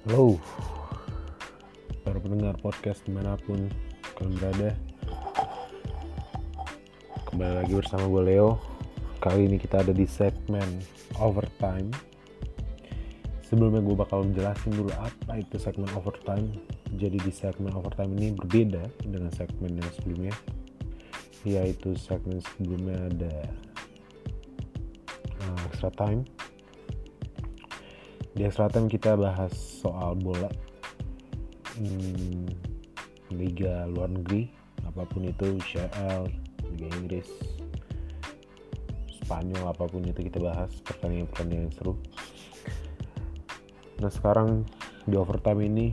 Halo, para pendengar podcast dimanapun kalian berada. Kembali lagi bersama gue Leo. Kali ini kita ada di segmen Overtime. Sebelumnya gue bakal jelasin dulu apa itu segmen Overtime. Jadi di segmen Overtime ini berbeda dengan segmen yang sebelumnya, yaitu segmen sebelumnya ada Extra Time. Di Extra Time kita bahas soal bola, liga luar negeri, apapun itu, UCL, Liga Inggris, Spanyol, apapun itu kita bahas, pertandingan-pertandingan yang seru. Nah sekarang di Overtime ini,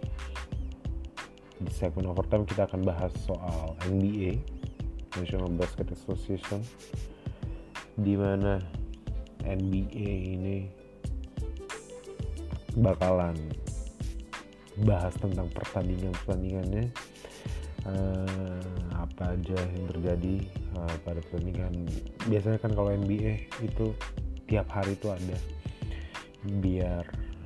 di segmen Overtime kita akan bahas soal NBA, National Basket Association, di mana NBA ini bakalan bahas tentang pertandingannya, apa aja yang terjadi pada pertandingan. Biasanya kan kalau NBA itu tiap hari itu ada, biar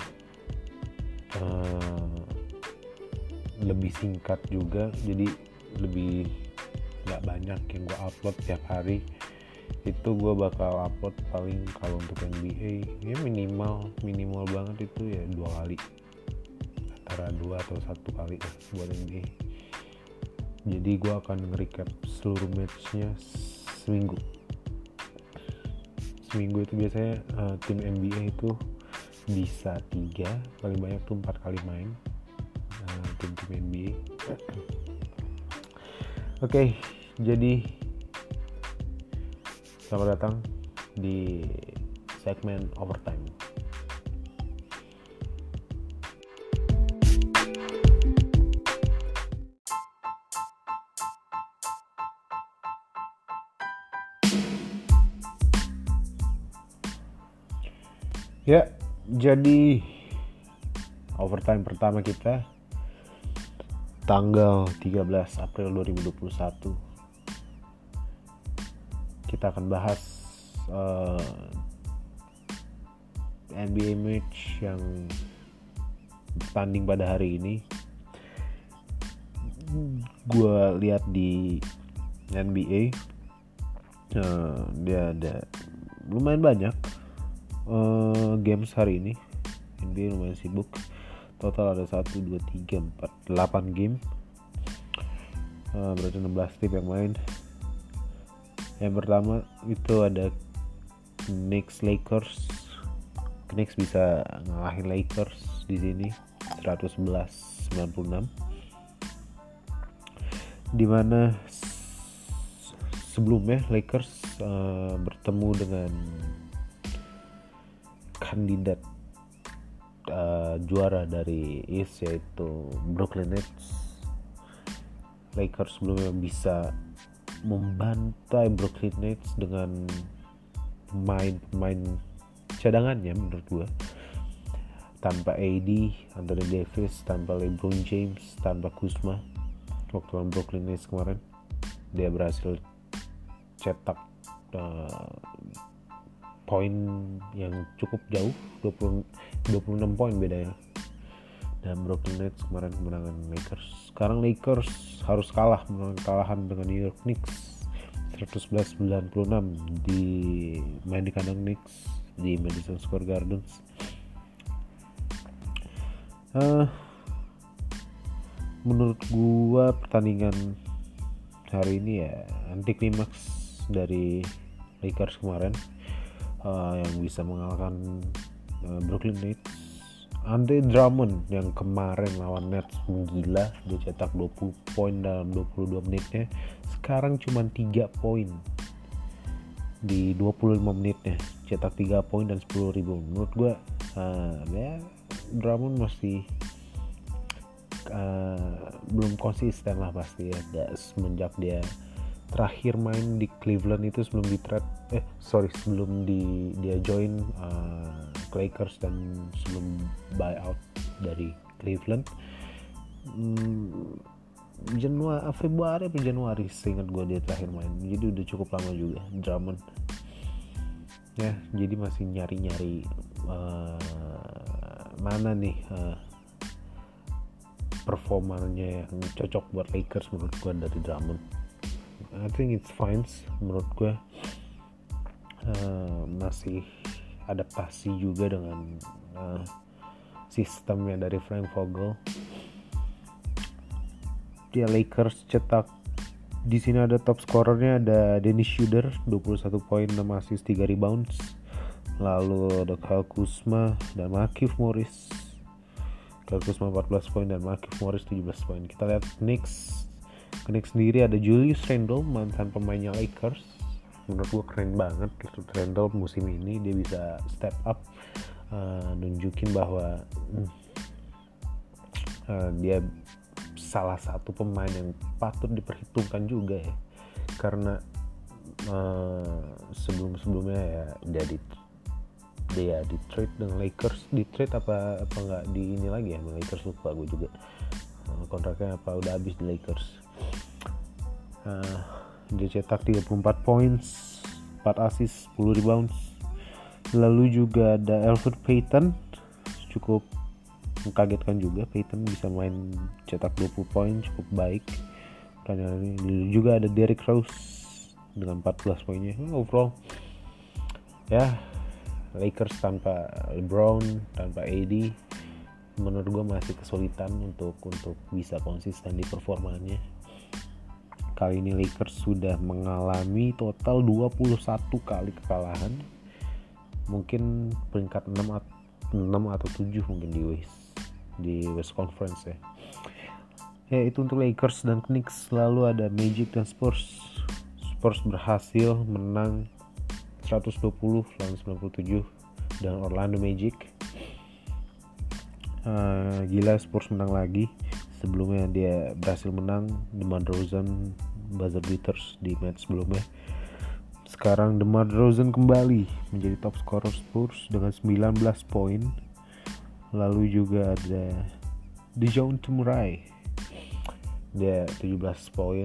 lebih singkat juga, jadi lebih nggak banyak yang gue upload tiap hari. Itu gue bakal upload paling kalau untuk NBA ya minimal banget itu ya 2 kali, antara 2 atau 1 kali lah buat NBA. Jadi gue akan nge-recap seluruh matchnya seminggu itu. Biasanya tim NBA itu bisa 3, paling banyak tuh 4 kali main tim-tim NBA. Oke, jadi selamat datang di segmen Overtime. Ya, jadi Overtime pertama kita tanggal 13 April 2021. Kita akan bahas NBA match yang bertanding pada hari ini. Gue lihat di NBA dia ada lumayan banyak games hari ini. NBA lumayan sibuk. Total ada 1, 2, 3, 4, 8 game. Berarti 16 tim yang main. Yang pertama itu ada Knicks Lakers. Knicks bisa ngalahin Lakers di sini 111-96. Dimana sebelumnya Lakers bertemu dengan kandidat juara dari East, yaitu Brooklyn Nets. Lakers sebelumnya bisa membantai Brooklyn Nets dengan pemain cadangannya menurut gue, tanpa AD, Anthony Davis, tanpa LeBron James, tanpa Kuzma. Waktu lawan Brooklyn Nets kemarin dia berhasil cetak poin yang cukup jauh, 26 poin bedanya, dan Brooklyn Nets kemarin kemenangan Lakers. Sekarang Lakers harus kalahan dengan New York Knicks 111-96 di main di kandang Knicks di Madison Square Gardens. Menurut gua pertandingan hari ini ya anti klimaks dari Lakers kemarin, yang bisa mengalahkan Brooklyn Nets. Andre Drummond yang kemarin lawan Nets menggila, dia cetak 20 poin dalam 22 menitnya. Sekarang cuma 3 poin di 25 menitnya, cetak 3 poin dan 10 rebound. Menurut gue ya Drummond masih belum konsisten lah pasti ya. Semenjak dia terakhir main di Cleveland itu sebelum dia join Lakers dan sebelum buyout dari Cleveland, Februari atau Januari seingat gue dia terakhir main. Jadi udah cukup lama juga Drummond ya. Jadi masih nyari mana nih performanya yang cocok buat Lakers menurut gue dari Drummond. I think it's fine menurut gue. Masih adaptasi juga dengan sistemnya dari Frank Vogel. Dia Lakers cetak di sini ada top scorernya, ada Dennis Schroeder 21 poin, 6 assist, 3 rebounds. Lalu ada Kyle Kuzma dan Markieff Morris. Kyle Kuzma 14 poin dan Markieff Morris 17 poin. Kita lihat Knicks sendiri ada Julius Randle, mantan pemainnya Lakers. Menurut gue keren banget Randle musim ini, dia bisa step up, nunjukin bahwa dia salah satu pemain yang patut diperhitungkan juga ya, karena sebelumnya ya dia di trade dengan Lakers, di trade apa nggak di ini lagi ya, Lakers lupa gue juga kontraknya apa udah habis di Lakers. Dia cetak 34 points, 4 assist, 10 rebounds. Lalu juga ada Elfrid Payton, cukup mengkagetkan juga, Payton bisa main cetak 20 poin, cukup baik pertandingan ini. Juga ada Derrick Rose dengan 14 poinnya. Overall ya Lakers tanpa LeBron, tanpa AD, menurut gue masih kesulitan untuk bisa konsisten di performanya. Kali ini Lakers sudah mengalami total 21 kali kekalahan, mungkin peringkat 6 atau 7 mungkin di West Conference ya. Ya itu untuk Lakers dan Knicks. Lalu ada Magic dan Spurs. Spurs berhasil menang 120 lawan 97 dan Orlando Magic. Gila, Spurs menang lagi. Sebelumnya dia berhasil menang DeMar DeRozan buzzer beaters di match sebelumnya. Sekarang DeMar DeRozan kembali menjadi top scorer Spurs dengan 19 poin. Lalu juga ada DeJounte Murray, dia 17 poin.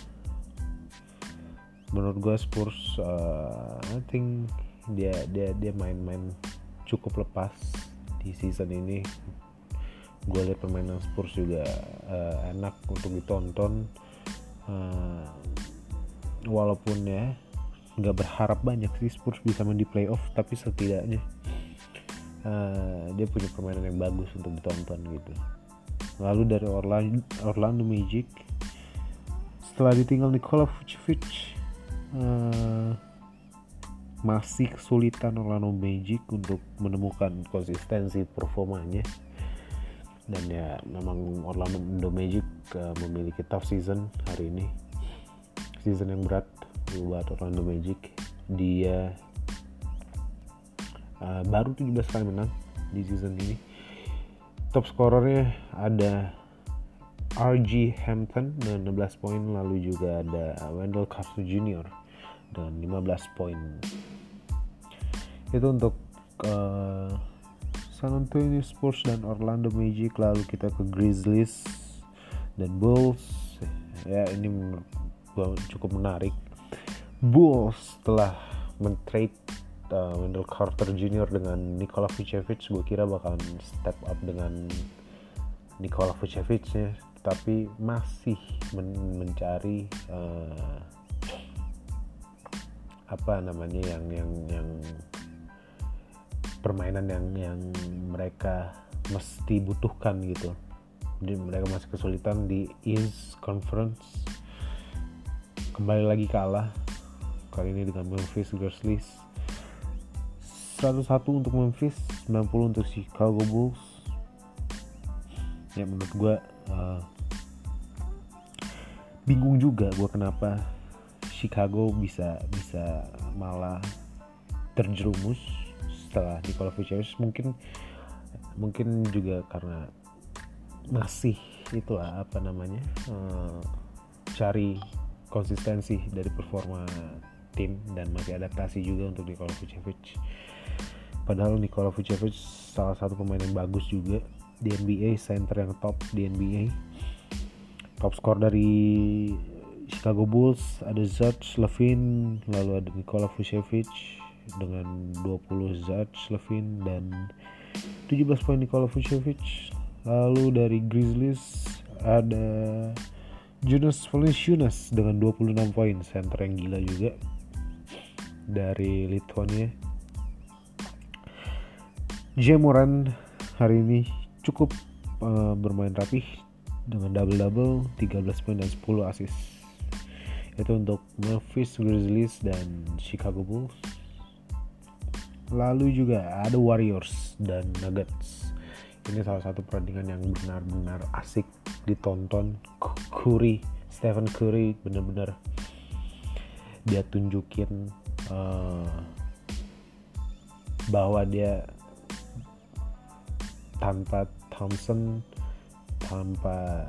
Menurut gue Spurs I think dia main cukup lepas di season ini. Gue lihat permainan Spurs juga enak untuk ditonton, walaupun ya nggak berharap banyak sih Spurs bisa main di playoff, tapi setidaknya dia punya permainan yang bagus untuk ditonton gitu. Lalu dari Orlando Magic, setelah ditinggal Nikola Vucevic, masih kesulitan Orlando Magic untuk menemukan konsistensi performanya. Dan ya memang Orlando Magic memiliki tough season hari ini, season yang berat buat Orlando Magic. Dia baru 17 kali menang di season ini. Top scorernya ada RJ Hampton dengan 16 poin. Lalu juga ada Wendell Carter Jr. dengan 15 poin. Itu untuk San Antonio Spurs dan Orlando Magic. Lalu kita ke Grizzlies dan Bulls. Ya ini menurut gue cukup menarik. Bulls telah men-trade Wendell Carter Jr. dengan Nikola Vucevic. Gue kira bakalan step up dengan Nikola Vucevic ya, tapi masih mencari yang permainan yang mereka mesti butuhkan gitu. Jadi mereka masih kesulitan di East Conference. Kembali lagi kalah kali ini dengan Memphis Grizzlies. 101 untuk Memphis, 90 untuk Chicago Bulls. Ya menurut gue bingung juga gue kenapa Chicago bisa malah terjerumus setelah Nikola Vucevic. Mungkin juga karena masih itulah cari konsistensi dari performa tim dan masih adaptasi juga untuk Nikola Vucevic. Padahal Nikola Vucevic salah satu pemain yang bagus juga di NBA, center yang top di NBA. Top skor dari Chicago Bulls ada Zach LaVine, lalu ada Nikola Vucevic dengan 20 Zach LaVine dan 17 poin Nikola Vucevic. Lalu dari Grizzlies ada Jonas Valanciunas dengan 26 poin, center yang gila juga dari Lithuania. Ja Morant hari ini cukup bermain rapih dengan double-double, 13 poin dan 10 assist. Itu untuk Memphis Grizzlies dan Chicago Bulls. Lalu juga ada Warriors dan Nuggets. Ini salah satu pertandingan yang benar-benar asik ditonton. Stephen Curry benar-benar dia tunjukin bahwa dia tanpa Thompson, tanpa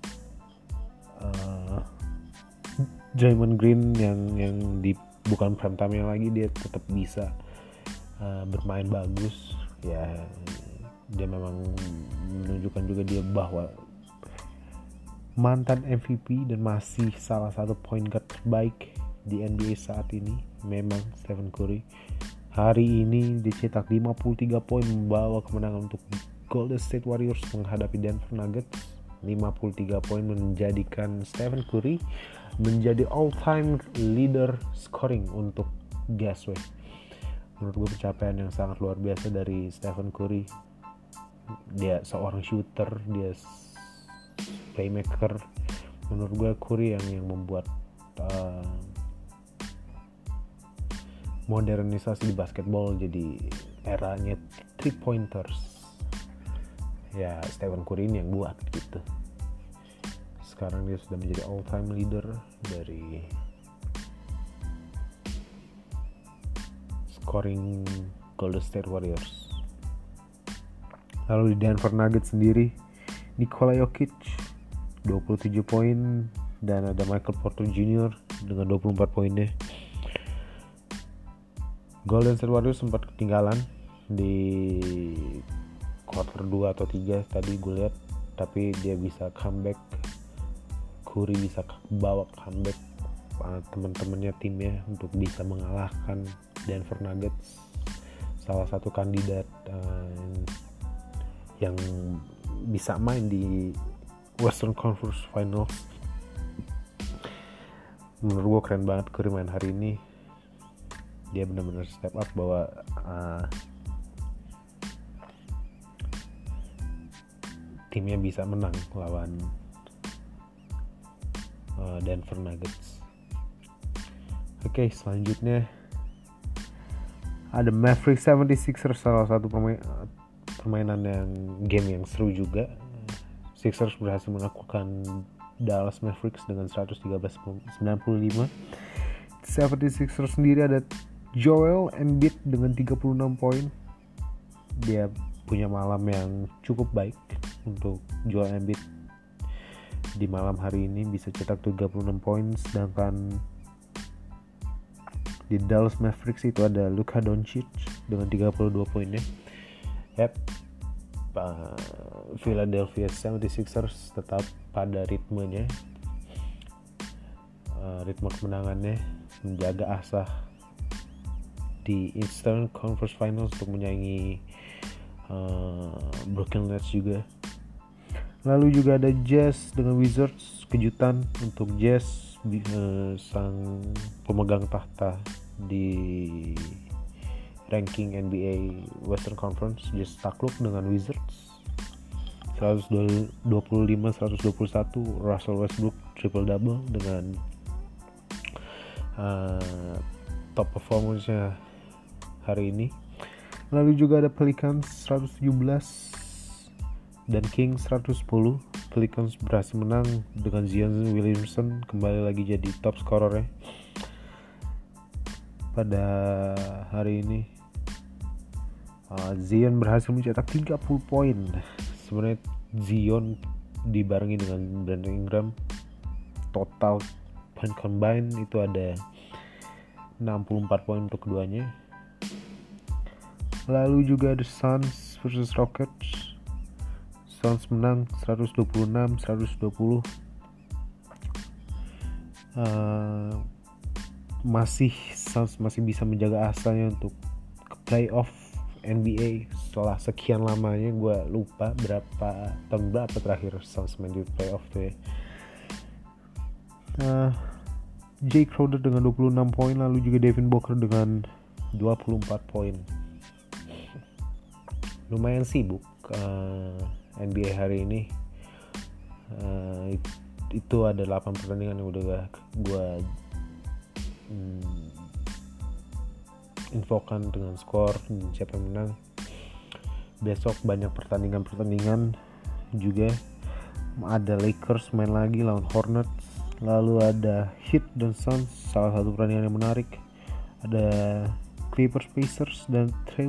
Draymond Green yang di bukan prime time lagi, dia tetap bisa bermain bagus. Ya, dia memang menunjukkan juga dia bahwa mantan MVP dan masih salah satu point guard terbaik di NBA saat ini memang Stephen Curry. Hari ini dicetak 53 poin membawa kemenangan untuk Golden State Warriors menghadapi Denver Nuggets. 53 poin menjadikan Stephen Curry menjadi all-time leader scoring untuk Gasway. Menurut gue pencapaian yang sangat luar biasa dari Stephen Curry. Dia seorang shooter, dia playmaker. Menurut gue Curry yang membuat modernisasi di basketball, jadi eranya 3-pointers. Ya, Stephen Curry ini yang buat gitu. Sekarang dia sudah menjadi all-time leader dari scoring Golden State Warriors. Lalu di Denver Nuggets sendiri, Nikola Jokic 27 poin dan ada Michael Porter Jr. dengan 24 poinnya. Golden State Warriors sempat ketinggalan di quarter 2 atau 3 tadi gue lihat, tapi dia bisa comeback. Curry bisa bawa comeback teman-temannya, timnya, untuk bisa mengalahkan Denver Nuggets, salah satu kandidat yang bisa main di Western Conference Finals. Menurut gue keren banget Curry main hari ini. Dia benar-benar step up bahwa timnya bisa menang lawan Denver Nuggets. Oke, selanjutnya ada Mavericks 76ers, salah satu permainan game yang seru juga. Sixers berhasil menaklukkan Dallas Mavericks dengan 113-95. 76ers sendiri ada Joel Embiid dengan 36 poin. Dia punya malam yang cukup baik untuk Joel Embiid. Di malam hari ini bisa cetak 36 poin, sedangkan di Dallas Mavericks itu ada Luka Doncic dengan 32 poinnya. Philadelphia 76ers tetap pada ritmenya, ritme kemenangannya, menjaga asa di Eastern Conference Finals untuk menyaingi Brooklyn Nets juga. Lalu juga ada Jazz dengan Wizards. Kejutan untuk Jazz, sang pemegang tahta di ranking NBA Western Conference. Jazz takluk dengan Wizards 125-121. Russell Westbrook triple double dengan top performance-nya hari ini. Lalu juga ada Pelicans 117 dan Kings 110. Pelicans berhasil menang dengan Zion Williamson kembali lagi jadi top scorer pada hari ini. Zion berhasil mencetak 30 poin. Sebenarnya Zion dibarengi dengan Brandon Ingram, total point combine itu ada 64 poin untuk keduanya. Lalu juga ada Suns versus Rockets. Suns menang 126-120. Suns masih bisa menjaga asanya untuk ke playoff NBA setelah sekian lamanya. Gue lupa tahun berapa terakhir Suns main di playoff tuh ya. Jay Crowder dengan 26 poin, lalu juga Devin Booker dengan 24 poin. Lumayan sibuk NBA hari ini. Itu ada 8 pertandingan yang udah gue infokan dengan skor dan siapa yang menang. Besok banyak pertandingan juga. Ada Lakers main lagi lawan Hornets, lalu ada Heat dan Suns, salah satu pertandingan yang menarik. Ada Clippers, Pacers, dan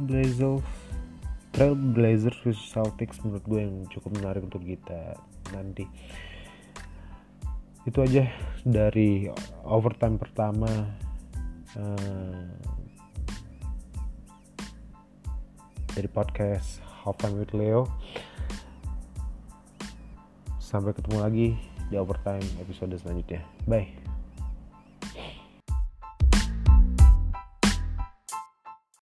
Trailblazers versus Celtics, menurut gue yang cukup menarik untuk kita nanti. Itu aja dari overtime pertama dari podcast Halftime with Leo. Sampai ketemu lagi di overtime episode selanjutnya. Bye.